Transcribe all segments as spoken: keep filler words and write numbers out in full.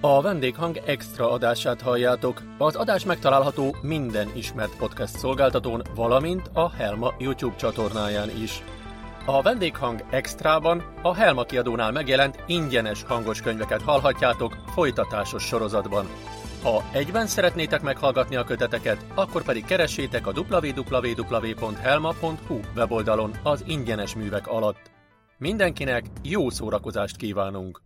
A vendéghang extra adását halljátok. Az adás megtalálható minden ismert podcast szolgáltatón, valamint a Helma YouTube csatornáján is. A vendéghang extrában a Helma kiadónál megjelent ingyenes hangos könyveket hallhatjátok folytatásos sorozatban. Ha egyben szeretnétek meghallgatni a köteteket, akkor pedig keressétek a double-u double-u double-u pont helma pont hu weboldalon az ingyenes művek alatt. Mindenkinek jó szórakozást kívánunk!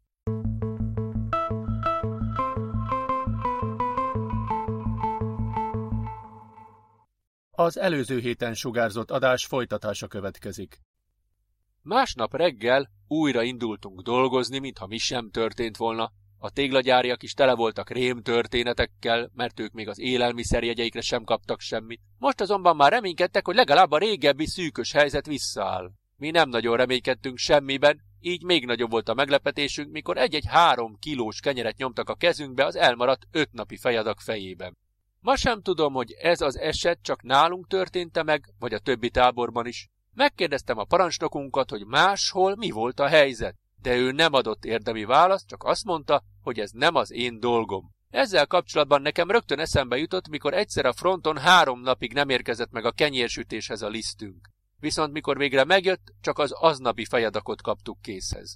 Az előző héten sugárzott adás folytatása következik. Másnap reggel újra indultunk dolgozni, mintha mi sem történt volna. A téglagyáriak is tele voltak rémtörténetekkel, mert ők még az élelmiszerjegyeikre sem kaptak semmit. Most azonban már reménykedtek, hogy legalább a régebbi szűkös helyzet visszaáll. Mi nem nagyon reménykedtünk semmiben, így még nagyobb volt a meglepetésünk, mikor egy-egy három kilós kenyeret nyomtak a kezünkbe az elmaradt öt napi fejadag fejében. Ma sem tudom, hogy ez az eset csak nálunk történt-e meg, vagy a többi táborban is. Megkérdeztem a parancsnokunkat, hogy máshol mi volt a helyzet, de ő nem adott érdemi választ, csak azt mondta, hogy ez nem az én dolgom. Ezzel kapcsolatban nekem rögtön eszembe jutott, mikor egyszer a fronton három napig nem érkezett meg a kenyérsütéshez a lisztünk. Viszont mikor végre megjött, csak az aznapi fejadakot kaptuk készhez.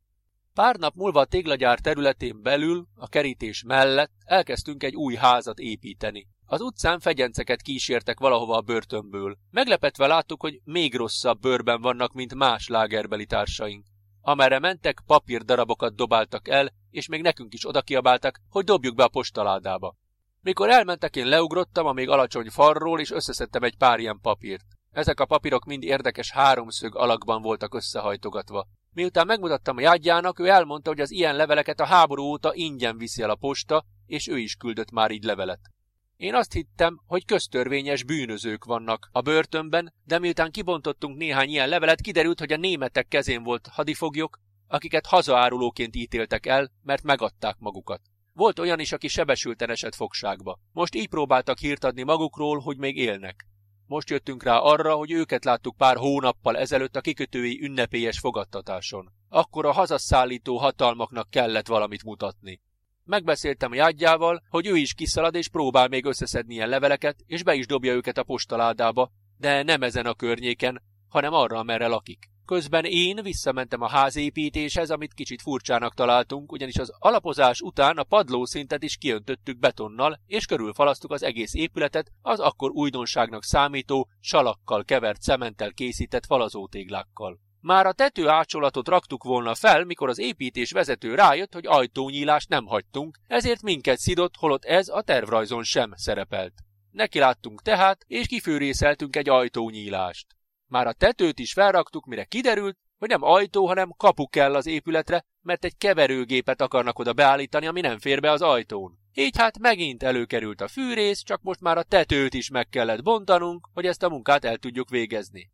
Pár nap múlva a téglagyár területén belül, a kerítés mellett elkezdtünk egy új házat építeni. Az utcán fegyenceket kísértek valahova a börtönből. Meglepetve láttuk, hogy még rosszabb bőrben vannak, mint más lágerbeli társaink. Amerre mentek, papírdarabokat dobáltak el, és még nekünk is odakiabáltak, hogy dobjuk be a postaládába. Mikor elmentek, én leugrottam a még alacsony falról, és összeszedtem egy pár ilyen papírt. Ezek a papírok mind érdekes háromszög alakban voltak összehajtogatva. Miután megmutattam a jádjának, ő elmondta, hogy az ilyen leveleket a háború óta ingyen viszi el a posta, és ő is küldött már így levelet. Én azt hittem, hogy köztörvényes bűnözők vannak a börtönben, de miután kibontottunk néhány ilyen levelet, kiderült, hogy a németek kezén volt hadifoglyok, akiket hazaárulóként ítéltek el, mert megadták magukat. Volt olyan is, aki sebesülten esett fogságba. Most így próbáltak hírt adni magukról, hogy még élnek. Most jöttünk rá arra, hogy őket láttuk pár hónappal ezelőtt a kikötői ünnepélyes fogadtatáson. Akkor a hazaszállító hatalmaknak kellett valamit mutatni. Megbeszéltem a jádjával, hogy ő is kiszalad és próbál még összeszedni ilyen leveleket, és be is dobja őket a postaládába, de nem ezen a környéken, hanem arra, amerre lakik. Közben én visszamentem a házépítéshez, amit kicsit furcsának találtunk, ugyanis az alapozás után a padlószintet is kiöntöttük betonnal, és körülfalasztuk az egész épületet az akkor újdonságnak számító, salakkal kevert cementtel készített falazótéglákkal. Már a tető ácsolatot raktuk volna fel, mikor az építés vezető rájött, hogy ajtónyílást nem hagytunk, ezért minket szidott, holott ez a tervrajzon sem szerepelt. Nekiláttunk tehát, és kifűrészeltünk egy ajtónyílást. Már a tetőt is felraktuk, mire kiderült, hogy nem ajtó, hanem kapu kell az épületre, mert egy keverőgépet akarnak oda beállítani, ami nem fér be az ajtón. Így hát megint előkerült a fűrész, csak most már a tetőt is meg kellett bontanunk, hogy ezt a munkát el tudjuk végezni.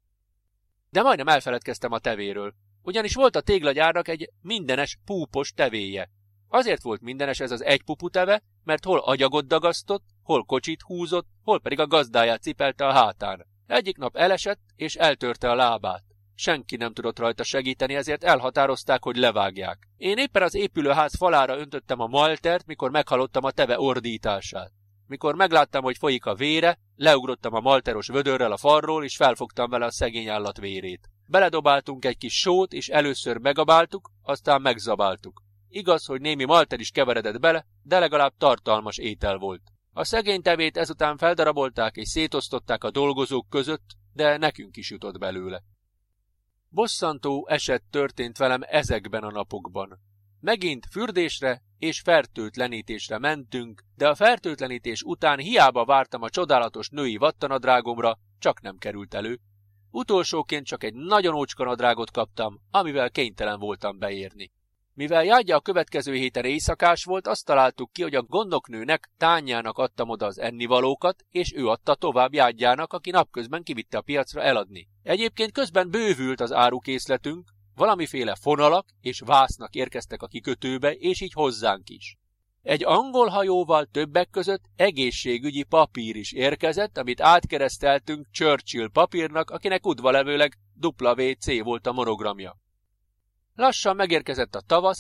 De majdnem elfeledkeztem a tevéről, ugyanis volt a téglagyárnak egy mindenes púpos tevéje. Azért volt mindenes ez az egypupu teve, mert hol agyagot dagasztott, hol kocsit húzott, hol pedig a gazdáját cipelte a hátán. Egyik nap elesett, és eltörte a lábát. Senki nem tudott rajta segíteni, ezért elhatározták, hogy levágják. Én éppen az épülőház falára öntöttem a maltert, mikor meghallottam a teve ordítását. Mikor megláttam, hogy folyik a vére, leugrottam a malteros vödörrel a falról, és felfogtam vele a szegény állat vérét. Beledobáltunk egy kis sót, és először megabáltuk, aztán megzabáltuk. Igaz, hogy némi malter is keveredett bele, de legalább tartalmas étel volt. A szegény tevét ezután feldarabolták és szétosztották a dolgozók között, de nekünk is jutott belőle. Bosszantó eset történt velem ezekben a napokban. Megint fürdésre és fertőtlenítésre mentünk, de a fertőtlenítés után hiába vártam a csodálatos női vattanadrágomra, csak nem került elő. Utolsóként csak egy nagyon ócska nadrágot kaptam, amivel kénytelen voltam beérni. Mivel Jádja a következő héten éjszakás volt, azt találtuk ki, hogy a gondnoknőnek, Tányának adtam oda az ennivalókat, és ő adta tovább Jádjának, aki napközben kivitte a piacra eladni. Egyébként közben bővült az árukészletünk, valamiféle fonalak és vásznak érkeztek a kikötőbe, és így hozzánk is. Egy angol hajóval többek között egészségügyi papír is érkezett, amit átkereszteltünk Churchill papírnak, akinek udvalevőleg dupla vé cé volt a monogramja. Lassan megérkezett a tavasz is,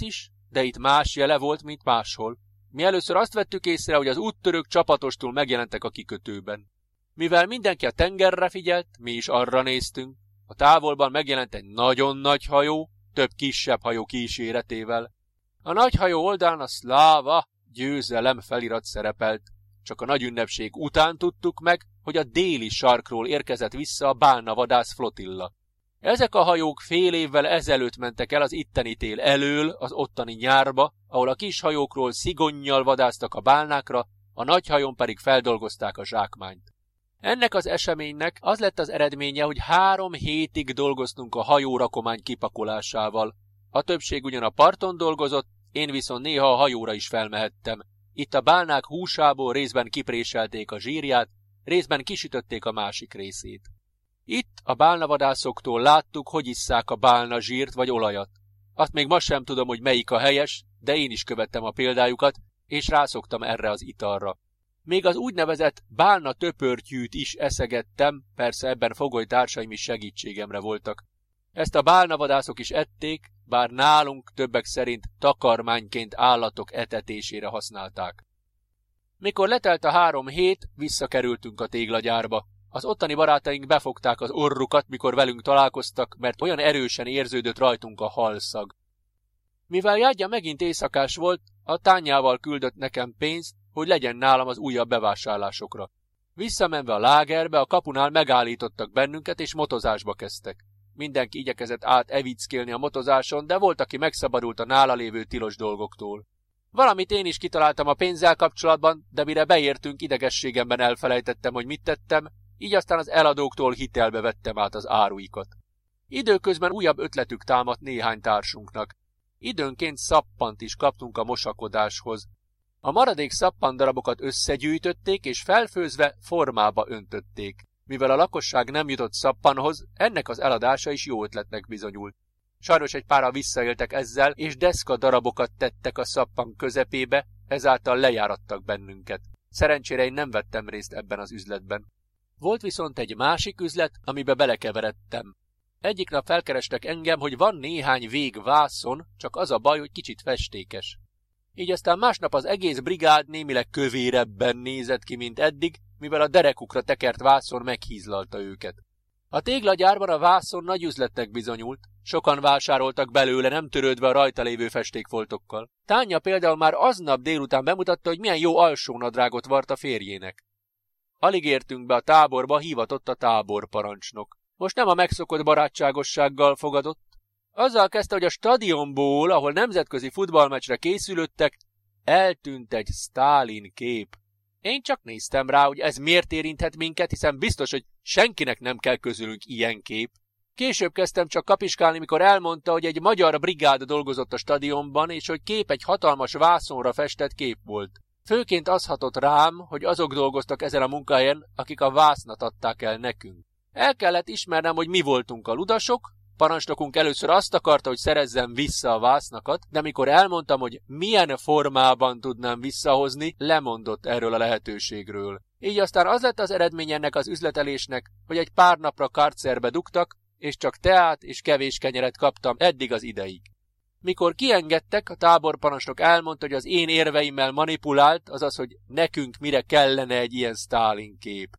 de itt más jele volt, mint máshol. Mi először azt vettük észre, hogy az úttörők csapatostul megjelentek a kikötőben. Mivel mindenki a tengerre figyelt, mi is arra néztünk. A távolban megjelent egy nagyon nagy hajó, több kisebb hajó kíséretével. A nagy hajó oldalán a Szláva győzelem felirat szerepelt. Csak a nagy ünnepség után tudtuk meg, hogy a déli sarkról érkezett vissza a bálnavadász flotilla. Ezek a hajók fél évvel ezelőtt mentek el az itteni tél elől az ottani nyárba, ahol a kis hajókról szigonnyal vadásztak a bálnákra, a nagy hajón pedig feldolgozták a zsákmányt. Ennek az eseménynek az lett az eredménye, hogy három hétig dolgoztunk a hajó rakomány kipakolásával. A többség ugyan a parton dolgozott, én viszont néha a hajóra is felmehettem. Itt a bálnák húsából részben kipréselték a zsírját, részben kisütötték a másik részét. Itt a bálnavadászoktól láttuk, hogy isszák a bálna zsírt vagy olajat. Azt még ma sem tudom, hogy melyik a helyes, de én is követtem a példájukat, és rászoktam erre az italra. Még az úgynevezett bálna töpörtyűt is eszegettem, persze ebben fogolytársaim is segítségemre voltak. Ezt a bálnavadászok is ették, bár nálunk többek szerint takarmányként állatok etetésére használták. Mikor letelt a három hét, visszakerültünk a téglagyárba. Az ottani barátaink befogták az orrukat, mikor velünk találkoztak, mert olyan erősen érződött rajtunk a halszag. Mivel Jádja megint éjszakás volt, a tányával küldött nekem pénzt, hogy legyen nálam az újabb bevásárlásokra. Visszamenve a lágerbe, a kapunál megállítottak bennünket, és motozásba kezdtek. Mindenki igyekezett át evickélni a motozáson, de volt, aki megszabadult a nála lévő tilos dolgoktól. Valamit én is kitaláltam a pénzzel kapcsolatban, de mire beértünk, idegességemben elfelejtettem, hogy mit tettem, így aztán az eladóktól hitelbe vettem át az áruikat. Időközben újabb ötletük támadt néhány társunknak. Időnként szappant is kaptunk a mosakodáshoz. A maradék szappandarabokat összegyűjtötték, és felfőzve formába öntötték. Mivel a lakosság nem jutott szappanhoz, ennek az eladása is jó ötletnek bizonyult. Sajnos egy páran visszaéltek ezzel, és deszka darabokat tettek a szappan közepébe, ezáltal lejárattak bennünket. Szerencsére én nem vettem részt ebben az üzletben. Volt viszont egy másik üzlet, amibe belekeveredtem. Egyik nap felkerestek engem, hogy van néhány vég vászon, csak az a baj, hogy kicsit festékes. Így aztán másnap az egész brigád némileg kövérebben nézett ki, mint eddig, mivel a derekukra tekert vászon meghízlalta őket. A téglagyárban a vászon nagy üzletnek bizonyult, sokan vásároltak belőle, nem törődve a rajta lévő festékfoltokkal. Tánya például már aznap délután bemutatta, hogy milyen jó alsónadrágot vart a férjének. Alig értünk be a táborba, hívatott a táborparancsnok. Most nem a megszokott barátságossággal fogadott. Azzal kezdte, hogy a stadionból, ahol nemzetközi futballmeccsre készülődtek, eltűnt egy Sztálin kép. Én csak néztem rá, hogy ez miért érinthet minket, hiszen biztos, hogy senkinek nem kell közülünk ilyen kép. Később kezdtem csak kapiskálni, mikor elmondta, hogy egy magyar brigád dolgozott a stadionban, és hogy kép egy hatalmas vászonra festett kép volt. Főként az hatott rám, hogy azok dolgoztak ezen a munkahelyen, akik a vásznat adták el nekünk. El kellett ismernem, hogy mi voltunk a ludasok. Parancsnokunk először azt akarta, hogy szerezzem vissza a vásznakat, de mikor elmondtam, hogy milyen formában tudnám visszahozni, lemondott erről a lehetőségről. Így aztán az lett az eredmény ennek az üzletelésnek, hogy egy pár napra karcerbe dugtak, és csak teát és kevés kenyeret kaptam eddig az ideig. Mikor kiengedtek, a táborparancsnok elmondta, hogy az én érveimmel manipulált, azaz, hogy nekünk mire kellene egy ilyen Sztálin kép.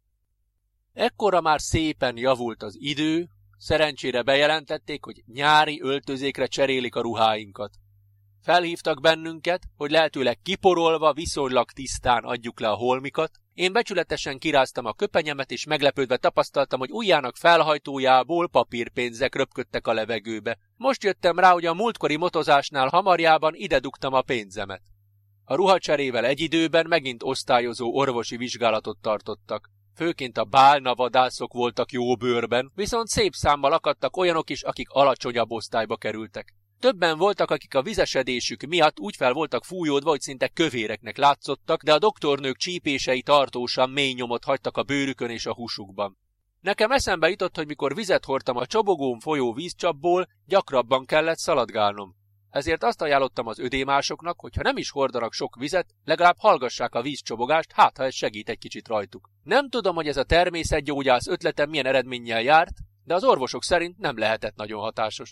Ekkora már szépen javult az idő, szerencsére bejelentették, hogy nyári öltözékre cserélik a ruháinkat. Felhívtak bennünket, hogy lehetőleg kiporolva, viszonylag tisztán adjuk le a holmikat. Én becsületesen kiráztam a köpenyemet, és meglepődve tapasztaltam, hogy ujjának felhajtójából papírpénzek röpködtek a levegőbe. Most jöttem rá, hogy a múltkori motozásnál hamarjában ide dugtam a pénzemet. A ruhacserével egy időben megint osztályozó orvosi vizsgálatot tartottak. Főként a bálnavadászok voltak jó bőrben, viszont szép számmal akadtak olyanok is, akik alacsonyabb osztályba kerültek. Többen voltak, akik a vizesedésük miatt úgy fel voltak fújódva, hogy szinte kövéreknek látszottak, de a doktornők csípései tartósan mély nyomot hagytak a bőrükön és a húsukban. Nekem eszembe jutott, hogy mikor vizet hordtam a csobogón folyó vízcsapból, gyakrabban kellett szaladgálnom. Ezért azt ajánlottam az ödémásoknak, hogy ha nem is hordanak sok vizet, legalább hallgassák a vízcsobogást, hát ha ez segít egy kicsit rajtuk. Nem tudom, hogy ez a természetgyógyász ötletem milyen eredménnyel járt, de az orvosok szerint nem lehetett nagyon hatásos.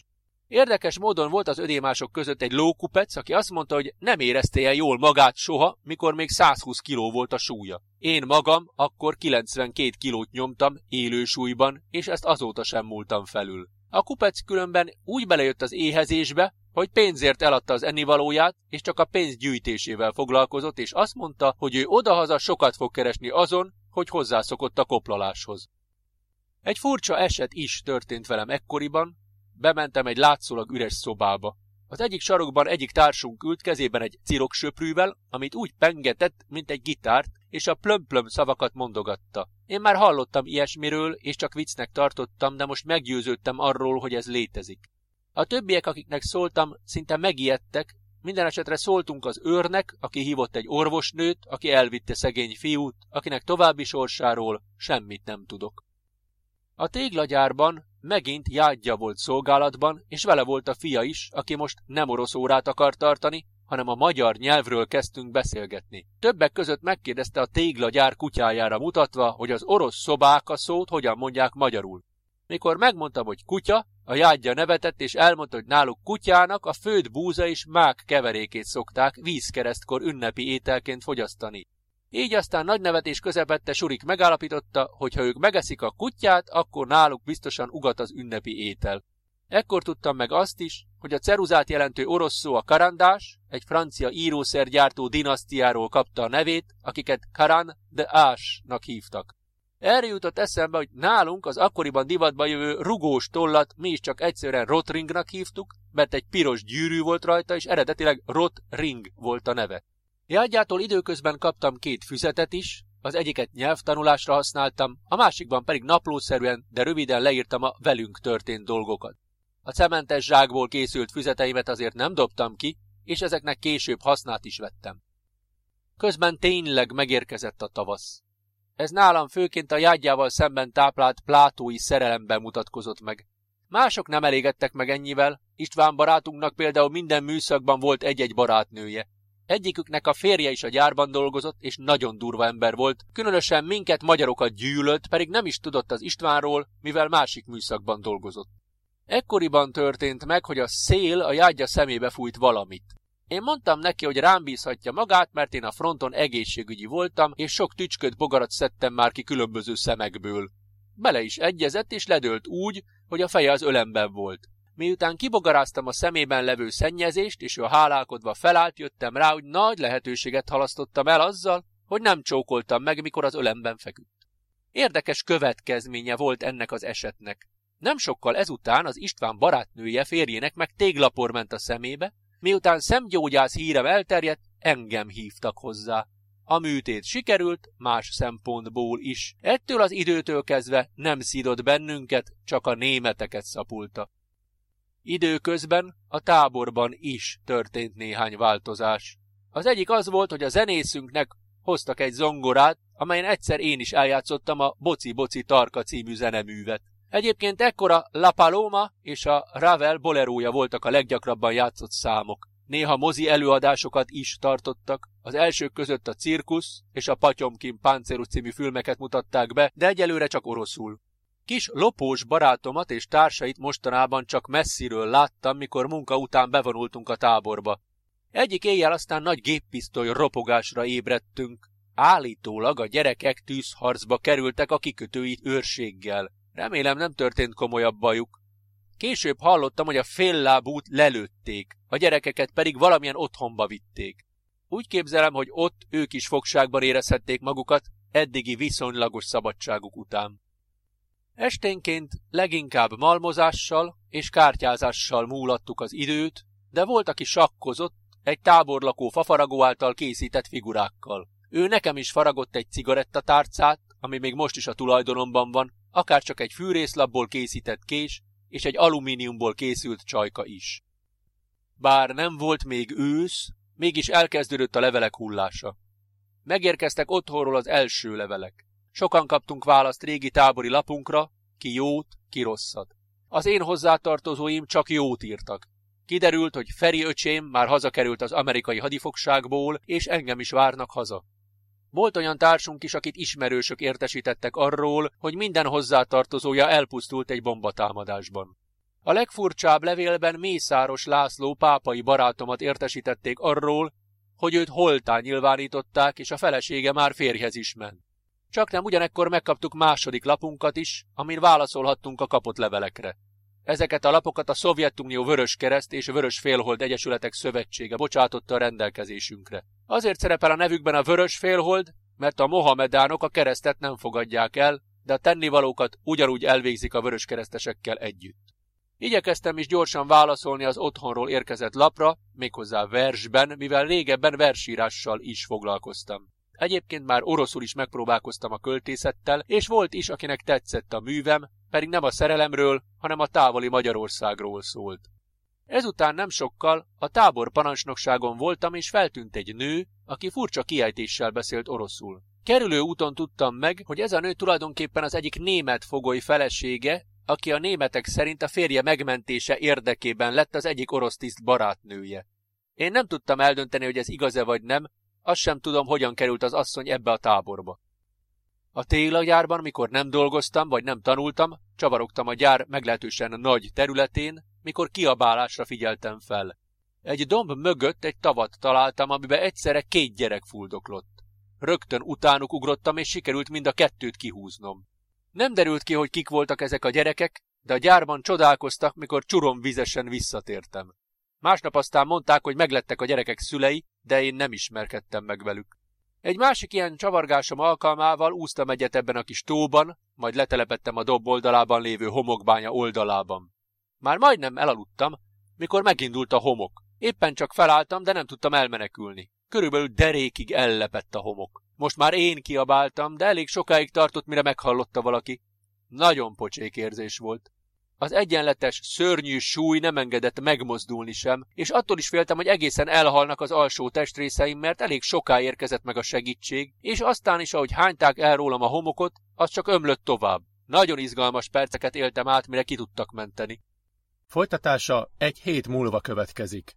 Érdekes módon volt az ödémások között egy lókupec, aki azt mondta, hogy nem érezte ilyen jól magát soha, mikor még százhúsz kiló volt a súlya. Én magam akkor kilencvenkét kilót nyomtam élő súlyban, és ezt azóta sem múltam felül. A kupec különben úgy belejött az éhezésbe, hogy pénzért eladta az ennivalóját, és csak a pénz gyűjtésével foglalkozott, és azt mondta, hogy ő odahaza sokat fog keresni azon, hogy hozzászokott a koplaláshoz. Egy furcsa eset is történt velem ekkoriban. Bementem egy látszólag üres szobába. Az egyik sarokban egyik társunk ült kezében egy ciroksöprűvel, amit úgy pengetett, mint egy gitárt, és a plöm-plöm szavakat mondogatta. Én már hallottam ilyesmiről, és csak viccnek tartottam, de most meggyőződtem arról, hogy ez létezik. A többiek, akiknek szóltam, szinte megijedtek, minden esetre szóltunk az őrnek, aki hívott egy orvosnőt, aki elvitte szegény fiút, akinek további sorsáról semmit nem tudok. A téglagyárban megint Jádja volt szolgálatban, és vele volt a fia is, aki most nem orosz órát akar tartani, hanem a magyar nyelvről kezdtünk beszélgetni. Többek között megkérdezte a téglagyár kutyájára mutatva, hogy az orosz szobáka szót hogyan mondják magyarul. Mikor megmondtam, hogy kutya, a Jádja nevetett, és elmondta, hogy náluk kutyának a főtt búza és mák keverékét szokták vízkeresztkor ünnepi ételként fogyasztani. Így aztán nagy nevetés közepette Surik megállapította, hogy ha ők megeszik a kutyát, akkor náluk biztosan ugat az ünnepi étel. Ekkor tudtam meg azt is, hogy a ceruzát jelentő orosz szó a karandás, egy francia írószergyártó dinasztiáról kapta a nevét, akiket Karan de Ás-nak hívtak. Erre jutott eszembe, hogy nálunk az akkoriban divatba jövő rugós tollat mi is csak egyszerűen Rotringnak hívtuk, mert egy piros gyűrű volt rajta, és eredetileg Rotring volt a neve. Jádjától időközben kaptam két füzetet is, az egyiket nyelvtanulásra használtam, a másikban pedig naplószerűen, de röviden leírtam a velünk történt dolgokat. A cementes zsákból készült füzeteimet azért nem dobtam ki, és ezeknek később hasznát is vettem. Közben tényleg megérkezett a tavasz. Ez nálam főként a Jádjával szemben táplált plátói szerelemben mutatkozott meg. Mások nem elégedtek meg ennyivel, István barátunknak például minden műszakban volt egy-egy barátnője. Egyiküknek a férje is a gyárban dolgozott, és nagyon durva ember volt, különösen minket magyarokat gyűlölt, pedig nem is tudott az Istvánról, mivel másik műszakban dolgozott. Ekkoriban történt meg, hogy a szél a Jádja szemébe fújt valamit. Én mondtam neki, hogy rám bízhatja magát, mert én a fronton egészségügyi voltam, és sok tücsköt bogarat szedtem már ki különböző szemekből. Bele is egyezett, és ledőlt úgy, hogy a feje az ölemben volt. Miután kibogaráztam a szemében levő szennyezést, és ő hálálkodva felállt, jöttem rá, hogy nagy lehetőséget halasztottam el azzal, hogy nem csókoltam meg, mikor az ölemben feküdt. Érdekes következménye volt ennek az esetnek. Nem sokkal ezután az István barátnője férjének meg téglapor ment a szemébe, miután szemgyógyász hírem elterjedt, engem hívtak hozzá. A műtét sikerült, más szempontból is. Ettől az időtől kezdve nem szídott bennünket, csak a németeket szapulta. Időközben a táborban is történt néhány változás. Az egyik az volt, hogy a zenészünknek hoztak egy zongorát, amelyen egyszer én is eljátszottam a Boci Boci Tarka című zeneművet. Egyébként ekkora La Paloma és a Ravel bolerója voltak a leggyakrabban játszott számok. Néha mozi előadásokat is tartottak, az elsők között a Cirkusz és a Patyomkin Páncerus című filmeket mutatták be, de egyelőre csak oroszul. Kis lopós barátomat és társait mostanában csak messziről láttam, mikor munka után bevonultunk a táborba. Egyik éjjel aztán nagy géppisztoly ropogásra ébredtünk. Állítólag a gyerekek tűzharcba kerültek a kikötői őrséggel. Remélem nem történt komolyabb bajuk. Később hallottam, hogy a féllábút lelőtték, a gyerekeket pedig valamilyen otthonba vitték. Úgy képzelem, hogy ott ők is fogságban érezhették magukat eddigi viszonylagos szabadságuk után. Esténként leginkább malmozással és kártyázással múlattuk az időt, de volt, aki sakkozott egy táborlakó fafaragó által készített figurákkal. Ő nekem is faragott egy cigarettatárcát, ami még most is a tulajdonomban van, akár csak egy fűrészlapból készített kés és egy alumíniumból készült csajka is. Bár nem volt még ősz, mégis elkezdődött a levelek hullása. Megérkeztek otthonról az első levelek. Sokan kaptunk választ régi tábori lapunkra, ki jót, ki rosszat. Az én hozzátartozóim csak jót írtak. Kiderült, hogy Feri öcsém már hazakerült az amerikai hadifogságból, és engem is várnak haza. Volt olyan társunk is, akit ismerősök értesítettek arról, hogy minden hozzátartozója elpusztult egy bombatámadásban. A legfurcsább levélben Mészáros László pápai barátomat értesítették arról, hogy őt holttá nyilvánították, és a felesége már férjhez is ment. Csaknem ugyanekkor megkaptuk második lapunkat is, amin válaszolhattunk a kapott levelekre. Ezeket a lapokat a Szovjetunió Vöröskereszt és Vörös Félhold Egyesületek Szövetsége bocsátotta a rendelkezésünkre. Azért szerepel a nevükben a Vörös Félhold, mert a mohamedánok a keresztet nem fogadják el, de a tennivalókat ugyanúgy elvégzik a vöröskeresztesekkel együtt. Igyekeztem is gyorsan válaszolni az otthonról érkezett lapra, méghozzá versben, mivel régebben versírással is foglalkoztam. Egyébként már oroszul is megpróbálkoztam a költészettel, és volt is, akinek tetszett a művem, pedig nem a szerelemről, hanem a távoli Magyarországról szólt. Ezután nem sokkal a tábor parancsnokságon voltam, és feltűnt egy nő, aki furcsa kiejtéssel beszélt oroszul. Kerülő úton tudtam meg, hogy ez a nő tulajdonképpen az egyik német fogoly felesége, aki a németek szerint a férje megmentése érdekében lett az egyik orosz tiszt barátnője. Én nem tudtam eldönteni, hogy ez igaz-e vagy nem, azt sem tudom, hogyan került az asszony ebbe a táborba. A téglagyárban, mikor nem dolgoztam, vagy nem tanultam, csavarogtam a gyár meglehetősen nagy területén, mikor kiabálásra figyeltem fel. Egy domb mögött egy tavat találtam, amiben egyszerre két gyerek fuldoklott. Rögtön utánuk ugrottam, és sikerült mind a kettőt kihúznom. Nem derült ki, hogy kik voltak ezek a gyerekek, de a gyárban csodálkoztak, mikor csuromvizesen visszatértem. Másnap aztán mondták, hogy meglettek a gyerekek szülei, de én nem ismerkedtem meg velük. Egy másik ilyen csavargásom alkalmával úsztam egyet ebben a kis tóban, majd letelepettem a dob oldalában lévő homokbánya oldalában. Már majdnem elaludtam, mikor megindult a homok. Éppen csak felálltam, de nem tudtam elmenekülni. Körülbelül derékig ellepett a homok. Most már én kiabáltam, de elég sokáig tartott, mire meghallotta valaki. Nagyon pocsék érzés volt. Az egyenletes, szörnyű súly nem engedett megmozdulni sem, és attól is féltem, hogy egészen elhalnak az alsó testrészeim, mert elég soká érkezett meg a segítség, és aztán is, ahogy hányták el rólam a homokot, az csak ömlött tovább. Nagyon izgalmas perceket éltem át, mire ki tudtak menteni. Folytatása egy hét múlva következik.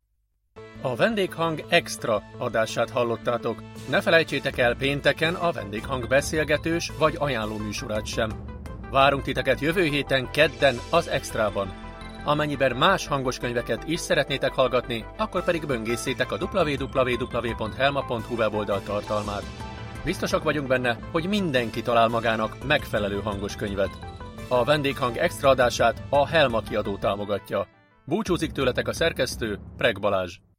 A Vendéghang Extra adását hallottátok. Ne felejtsétek el pénteken a Vendéghang beszélgetős vagy ajánló műsorát sem. Várunk titeket jövő héten kedden az Extrában. Amennyiben más hangos könyveket is szeretnétek hallgatni, akkor pedig böngészétek a double-u double-u double-u pont helma pont hu weboldal tartalmát. Biztosak vagyunk benne, hogy mindenki talál magának megfelelő hangos könyvet. A Vendéghang Extra adását a Helma kiadó támogatja. Búcsúzik tőletek a szerkesztő, Preg Balázs.